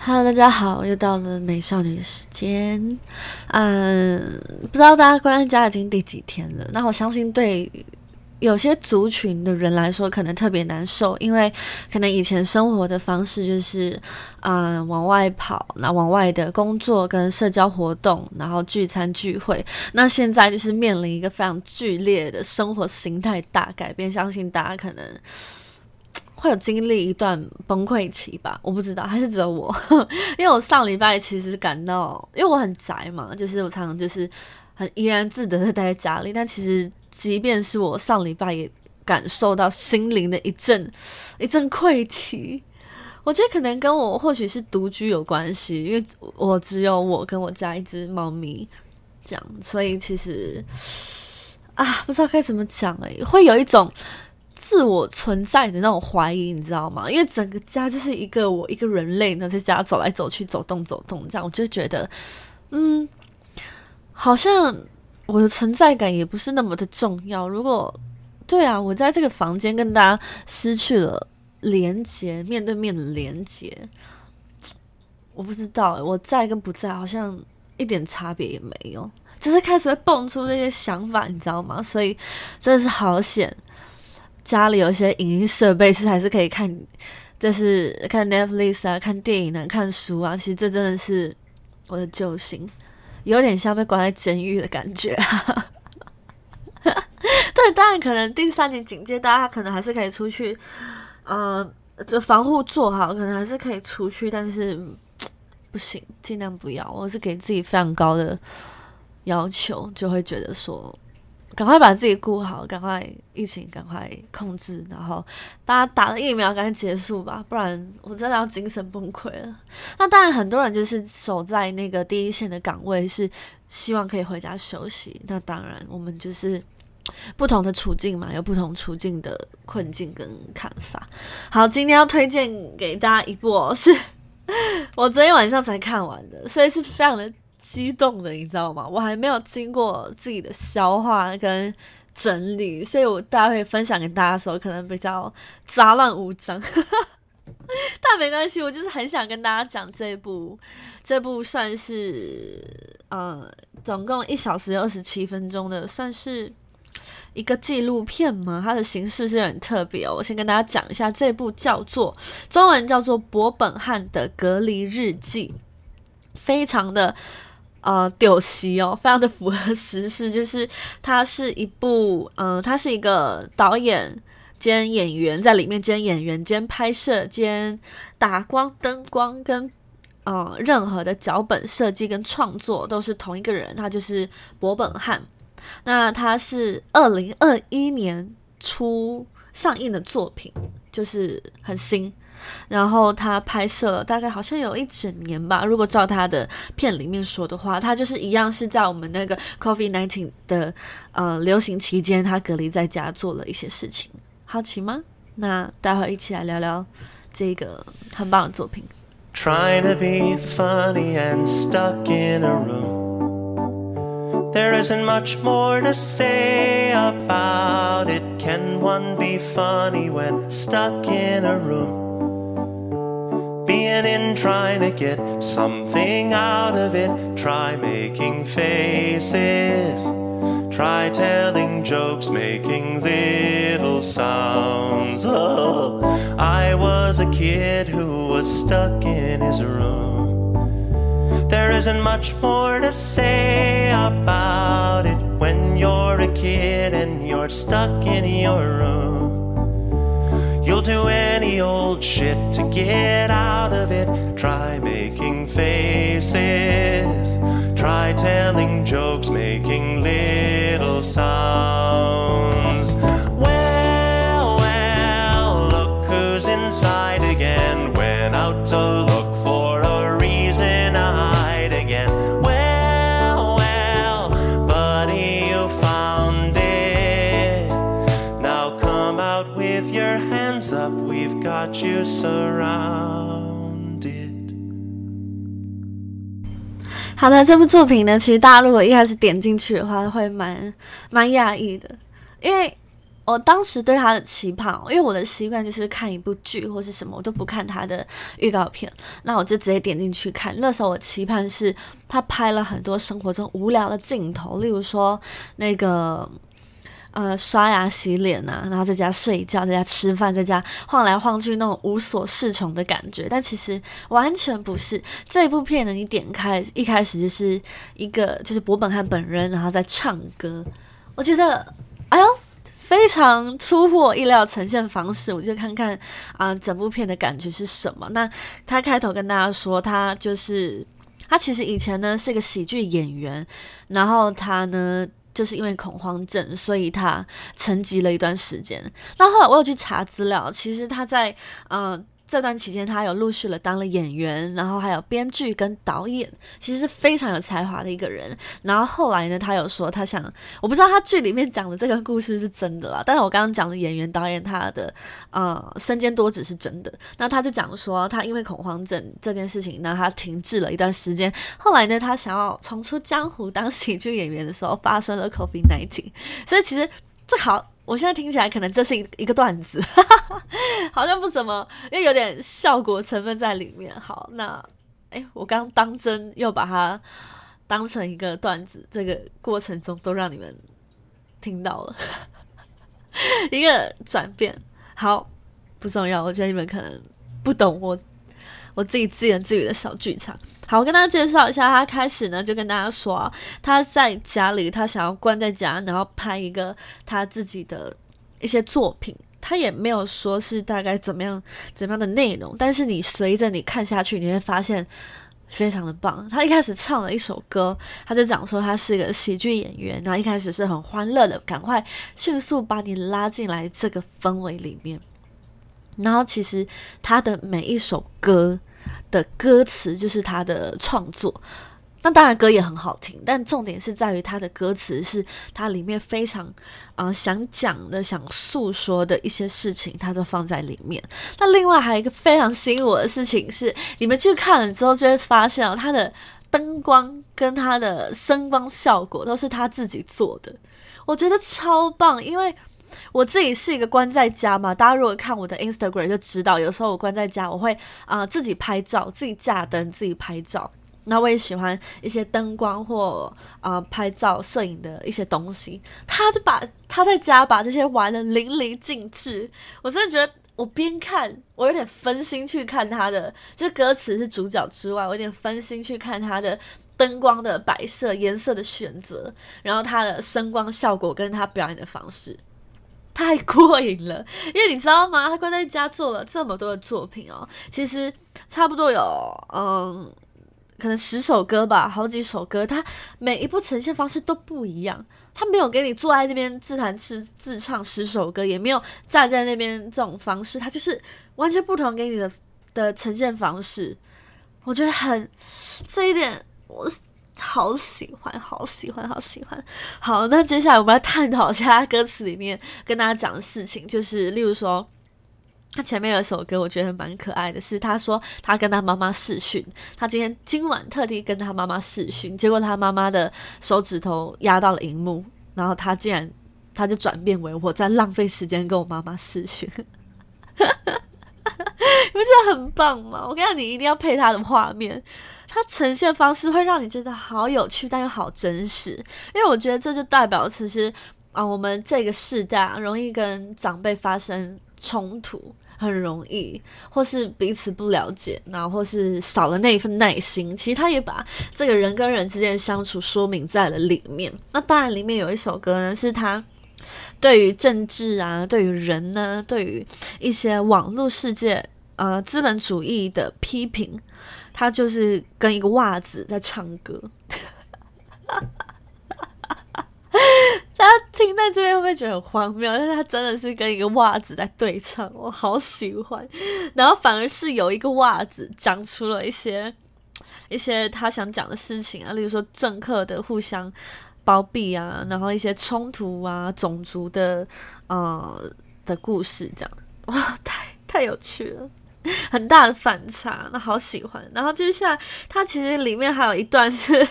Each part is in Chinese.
Hello，大家好，又到了美少女的时间。不知道大家关在家已经第几天了？那我相信对有些族群的人来说，可能特别难受，因为可能以前生活的方式就是往外跑，那往外的工作跟社交活动，然后聚餐聚会。那现在就是面临一个非常剧烈的生活形态大改变，相信大家可能会有经历一段崩溃期吧，我不知道，还是只有我，因为我上礼拜其实感到，因为我很宅嘛，就是我常常就是很怡然自得的待在家里，但其实即便是我上礼拜也感受到心灵的一阵溃堤。我觉得可能跟我或许是独居有关系，因为我只有我跟我家一只猫咪这样，所以其实不知道该怎么讲会有一种自我存在的那种怀疑，你知道吗？因为整个家就是我一个人类呢，在家走来走去，走动这样，我就觉得，好像我的存在感也不是那么的重要。如果我在这个房间跟大家失去了连结，面对面的连结，我不知道我在跟不在好像一点差别也没有，就是开始会蹦出这些想法，你知道吗？所以真的是好险。家里有一些影音设备还是可以看，就是看 Netflix 啊，看电影啊，看书啊，其实这真的是我的救星，有点像被关在监狱的感觉对，当然可能第3年警戒，大家可能还是可以出去，就防护做好，可能还是可以出去，但是不行，尽量不要。我是给自己非常高的要求，就会觉得说，赶快把自己顾好，赶快疫情赶快控制，然后大家打了疫苗赶快结束吧，不然我真的要精神崩溃了。那当然很多人就是守在那个第一线的岗位，是希望可以回家休息。那当然我们就是不同的处境嘛，有不同处境的困境跟看法。好，今天要推荐给大家一部是我昨天晚上才看完的，所以是非常的激动的，你知道吗？我还没有经过自己的消化跟整理，所以我大概会分享给大家的时候，可能比较杂乱无章但没关系，我就是很想跟大家讲这部算是总共1小时27分钟的，算是一个纪录片嘛，它的形式是很特别哦。我先跟大家讲一下，这部中文叫做伯本汉的隔离日记，非常的丢席哦，非常的符合时事，就是它是一个导演兼演员，在里面兼演员兼拍摄兼打光灯光跟任何的脚本设计跟创作都是同一个人，他就是伯本汉。那他是2021年初上映的作品，就是很新。然后他拍摄了大概好像有1整年吧，如果照他的片里面说的话，他就是一样是在我们那个 COVID-19 的流行期间，他隔离在家做了一些事情。好奇吗？那待会一起来聊聊这个很棒的作品。 Trying to be funny and stuck in a room. There isn't much more to say about it. Can one be funny when stuck in a room? Being in, trying to get something out of it. Try making faces. Try telling jokes, making little sounds. Oh, I was a kid who was stuck in his room. There isn't much more to say about it when you're a kid and you're stuck in your room. You'll do any old shit to get out of it. Try making faces. Try telling jokes, making little sounds. Well, well, look who's inside again. Went out to look for a reason to hide again. Well, well, buddy, you found it. Now come out with your hands up. We've got you surrounded. 好的，这部作品呢，其实大家如果一开始点进去的话，会蛮讶异的，因为我当时对他的期盼，因为我的习惯就是看一部剧或是什么，我都不看他的预告片，那我就直接点进去看。那时候我期盼是他拍了很多生活中无聊的镜头，例如说那个刷牙洗脸啊，然后在家睡觉，在家吃饭，在家晃来晃去那种无所适从的感觉。但其实完全不是。这一部片呢，你点开一开始就是一个就是伯本汉本人，然后在唱歌，我觉得哎呦。非常出乎我意料的呈现方式，我就看看整部片的感觉是什么。那他开头跟大家说，他其实以前呢是个喜剧演员，然后他呢就是因为恐慌症，所以他沉寂了一段时间。那后来我有去查资料，其实他在这段期间，他有陆续了当了演员，然后还有编剧跟导演，其实是非常有才华的一个人。然后后来呢，他有说他想，我不知道他剧里面讲的这个故事是真的啦，但是我刚刚讲的演员导演他的身兼多职是真的。那他就讲说，他因为恐慌症这件事情，那他停滞了一段时间。后来呢，他想要重出江湖当喜剧演员的时候，发生了 COVID-19， 所以其实这好。我现在听起来可能这是一个段子，好像不怎么，因为有点效果成分在里面。好，那我刚当真又把它当成一个段子，这个过程中都让你们听到了一个转变。好，不重要，我觉得你们可能不懂我自己自言自语的小剧场。好，我跟大家介绍一下，他开始呢就跟大家说他在家里，他想要关在家，然后拍一个他自己的一些作品。他也没有说是大概怎么样的内容，但是你随着你看下去，你会发现非常的棒。他一开始唱了一首歌，他就讲说他是个喜剧演员，然后一开始是很欢乐的，赶快迅速把你拉进来这个氛围里面。然后其实他的每一首歌的歌词就是他的创作，那当然歌也很好听，但重点是在于他的歌词是他里面非常想讲的、想诉说的一些事情，他都放在里面。那另外还有一个非常吸引我的事情是，你们去看了之后就会发现他的灯光跟他的声光效果都是他自己做的，我觉得超棒。因为我自己是一个关在家嘛，大家如果看我的 Instagram 就知道，有时候我关在家，我会自己拍照，自己架灯，自己拍照。那我也喜欢一些灯光或拍照摄影的一些东西，他在家把这些玩得淋漓尽致。我真的觉得我边看我有点分心去看他的，就是歌词是主角之外，我有点分心去看他的灯光的摆设、颜色的选择，然后他的声光效果跟他表演的方式。太过瘾了，因为你知道吗？他关在家做了这么多的作品哦，其实差不多有可能10首歌吧，好几首歌，他每一部呈现方式都不一样。他没有给你坐在那边自弹自唱10首歌，也没有站在那边这种方式，他就是完全不同给你的呈现方式。我觉得这一点我好喜欢。好，那接下来我们来探讨一下他歌词里面跟大家讲的事情，就是例如说他前面有一首歌我觉得蛮可爱的，是他说他跟他妈妈视讯，他今晚特地跟他妈妈视讯，结果他妈妈的手指头压到了荧幕，然后他就转变为我在浪费时间跟我妈妈视讯你不觉得很棒吗？我跟你讲，你一定要配他的画面，他呈现方式会让你觉得好有趣，但又好真实。因为我觉得这就代表其实我们这个世代容易跟长辈发生冲突，很容易，或是彼此不了解，然后或是少了那一份耐心。其实他也把这个人跟人之间的相处说明在了里面。那当然里面有一首歌呢，是他对于政治啊，对于人呢，对于一些网络世界资本主义的批评，他就是跟一个袜子在唱歌大家听在这边会不会觉得很荒谬？但是他真的是跟一个袜子在对唱，我好喜欢。然后反而是有一个袜子讲出了一些他想讲的事情啊，例如说政客的互相包庇啊，然后一些冲突啊，种族的故事，这样哇，太有趣了，很大的反差，那好喜欢。然后接下来，它其实里面还有一段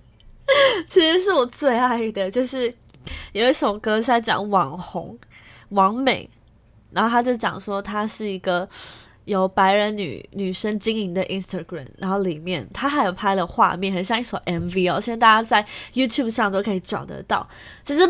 其实是我最爱的，就是有一首歌是在讲网王美，然后他就讲说他是一个由白人女生经营的 Instagram， 然后里面他还有拍了画面，很像一首 MV 哦，现在大家在 YouTube 上都可以找得到，就是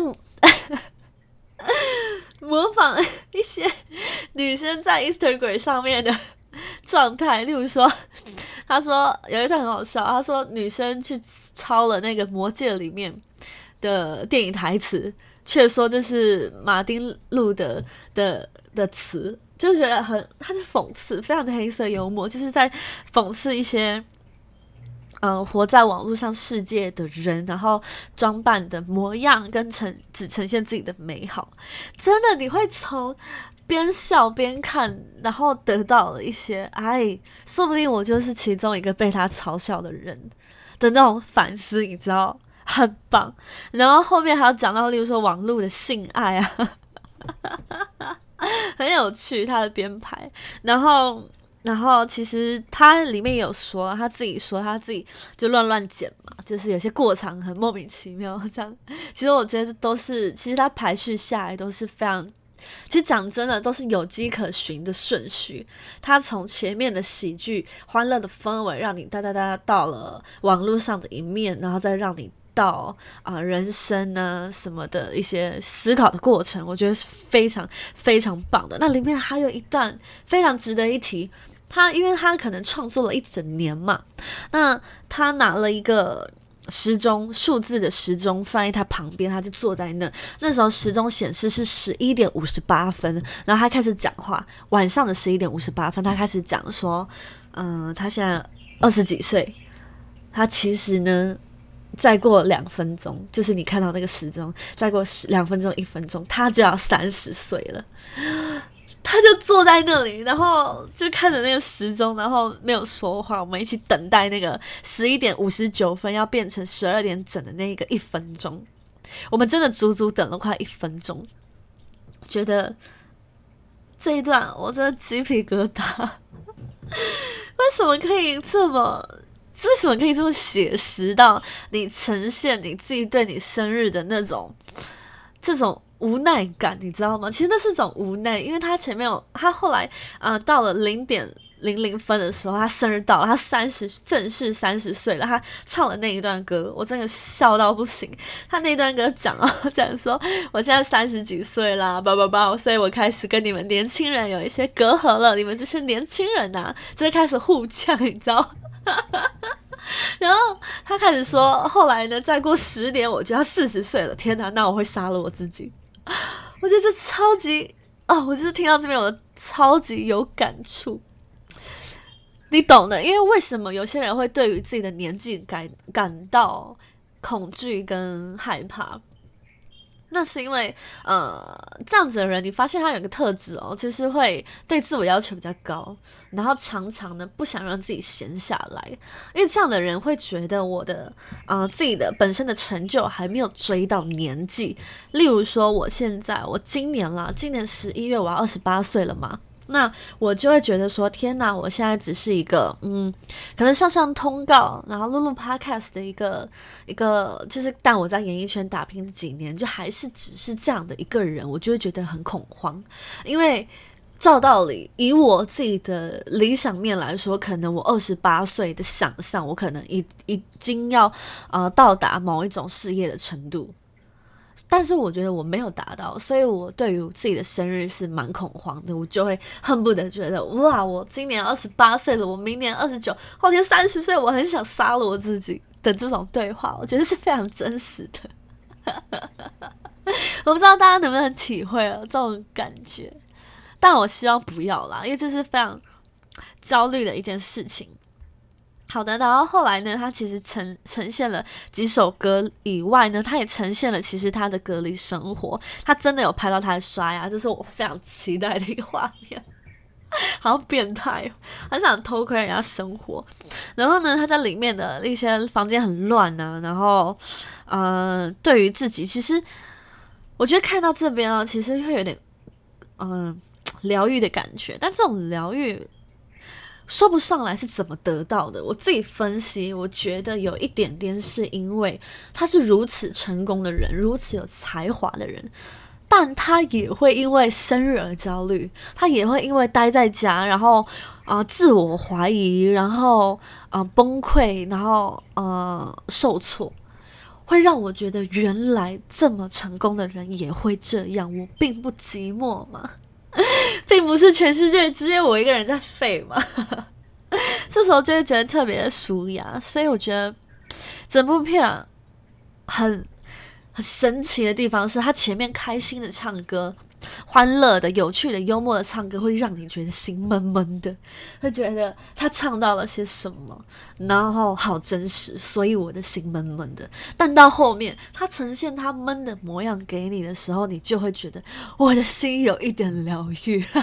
模仿一些女生在 Instagram 上面的状态，例如说他说有一段很好笑，他说女生去抄了那个魔戒里面的电影台词，却说这是马丁路的词，就觉得他是讽刺，非常的黑色幽默，就是在讽刺一些活在网络上世界的人，然后装扮的模样跟只呈现自己的美好，真的你会从边笑边看，然后得到了一些说不定我就是其中一个被他嘲笑的人的那种反思，你知道，很棒。然后后面还有讲到例如说网络的性爱啊很有趣他的编排，然后其实他里面有说他自己就乱剪嘛，就是有些过场很莫名其妙这样。其实我觉得其实他排序下来都是非常，其实讲真的都是有迹可循的顺序。他从前面的喜剧欢乐的氛围让你哒到了网络上的一面，然后再让你到人生呢什么的一些思考的过程，我觉得是非常非常棒的。那里面还有一段非常值得一提，因为他可能创作了一整年嘛，那他拿了一个时钟，数字的时钟放在他旁边，他就坐在那时候时钟显示是11点58分，然后他开始讲话，晚上的11点58分他开始讲说他现在20几岁，他其实呢再过2分钟，就是你看到那个时钟，再过2分钟1分钟他就要30岁了。他就坐在那里，然后就看着那个时钟，然后没有说话，我们一起等待那个11点59分要变成12点整的那个1分钟，我们真的足足等了快1分钟。觉得这一段我真的鸡皮疙瘩为什么可以这么写实到你呈现你自己对你生日的这种无奈感，你知道吗？其实那是种无奈，因为他后来到了0点00分的时候，他生日到了，他正式30岁了。他唱了那一段歌，我真的笑到不行。他那段歌讲说，我现在30几岁啦，所以我开始跟你们年轻人有一些隔阂了。你们这些年轻人啊，就开始互呛，你知道然后他开始说，后来呢，再过10年我就要40岁了。天哪，那我会杀了我自己。我觉得这超级我就是听到这边我超级有感触，你懂的。因为为什么有些人会对于自己的年纪感到恐惧跟害怕，那是因为这样子的人，你发现他有一个特质就是会对自我要求比较高，然后常常呢不想让自己闲下来，因为这样的人会觉得我的自己的本身的成就还没有追到年纪。例如说我今年11月我要28岁了嘛，那我就会觉得说，天哪，我现在只是一个可能上通告，然后录 podcast 的一个就是但我在演艺圈打拼几年，就还是只是这样的一个人，我就会觉得很恐慌。因为照道理，以我自己的理想面来说，可能我28岁的想象，我可能已经要到达某一种事业的程度，但是我觉得我没有达到，所以我对于我自己的生日是蛮恐慌的。我就会恨不得觉得，哇，我今年28岁了，我明年29，后年30岁，我很想杀了我自己的这种对话，我觉得是非常真实的我不知道大家能不能体会这种感觉，但我希望不要啦，因为这是非常焦虑的一件事情。好的，然后后来呢，他其实呈现了几首歌以外呢，他也呈现了其实他的隔离生活，他真的有拍到他的刷牙，这是我非常期待的一个画面好像变态很想偷窥人家生活。然后呢，他在里面的一些房间很乱啊，然后对于自己，其实我觉得看到这边其实会有点疗愈的感觉，但这种疗愈说不上来是怎么得到的。我自己分析，我觉得有一点点是因为他是如此成功的人，如此有才华的人， 但他也会因为生日而焦虑，他也会因为待在家，然后自我怀疑，然后崩溃，然后受挫，会让我觉得原来这么成功的人也会这样，我并不寂寞嘛，并不是全世界只有我一个人在废嘛。这时候就会觉得特别的舒压，所以我觉得整部片很神奇的地方是，他前面开心的唱歌，欢乐的、有趣的、幽默的唱歌，会让你觉得心闷闷的，会觉得他唱到了些什么，然后好真实，所以我的心闷闷的。但到后面，他呈现他闷的模样给你的时候，你就会觉得我的心有一点疗愈，是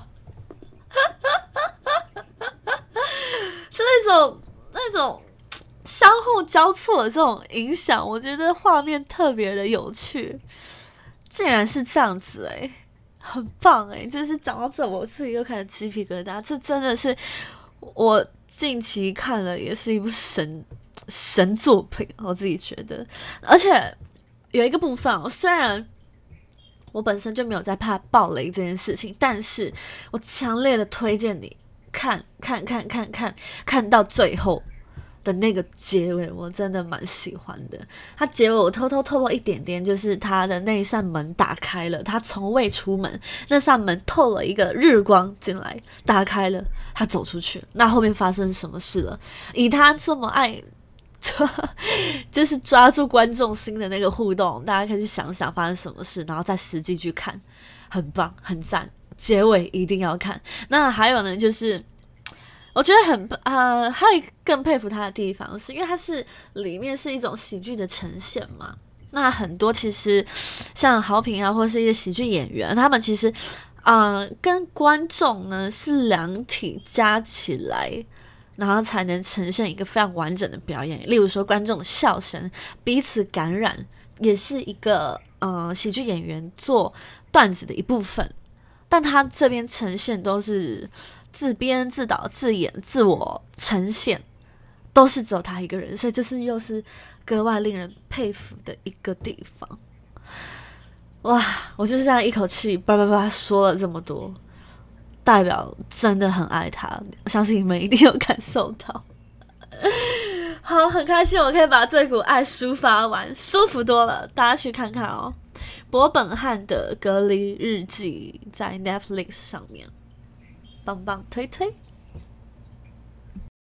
那种相互交错的这种影响，我觉得画面特别的有趣。竟然是这样子很棒就是讲到这，我自己又开始鸡皮疙瘩。这真的是我近期看了，也是一部神作品，我自己觉得。而且有一个部分虽然我本身就没有在怕爆雷这件事情，但是我强烈的推荐你看到最后的那个结尾，我真的蛮喜欢的。他结尾我偷偷透露一点点，就是他的那一扇门打开了，他从未出门，那扇门透了一个日光进来，打开了，他走出去。那后面发生什么事了？以他这么爱就是抓住观众心的那个互动，大家可以去想想发生什么事，然后再实际去看，很棒，很赞。结尾一定要看。那还有呢，就是我觉得还有一个更佩服他的地方，是因为他是里面是一种喜剧的呈现嘛。那很多其实像豪平啊，或是一些喜剧演员，他们其实跟观众呢是两体加起来，然后才能呈现一个非常完整的表演。例如说，观众的笑声彼此感染，也是一个喜剧演员做段子的一部分。但他这边呈现都是自编自导自演自我呈现，都是只有他一个人，所以这是又是格外令人佩服的一个地方。哇，我就是这样一口气叭说了这么多，代表真的很爱他，我相信你们一定有感受到。好，很开心我可以把这股爱抒发完，舒服多了，大家去看看哦。伯本汉的《隔离日记》在 Netflix 上面，棒棒推推。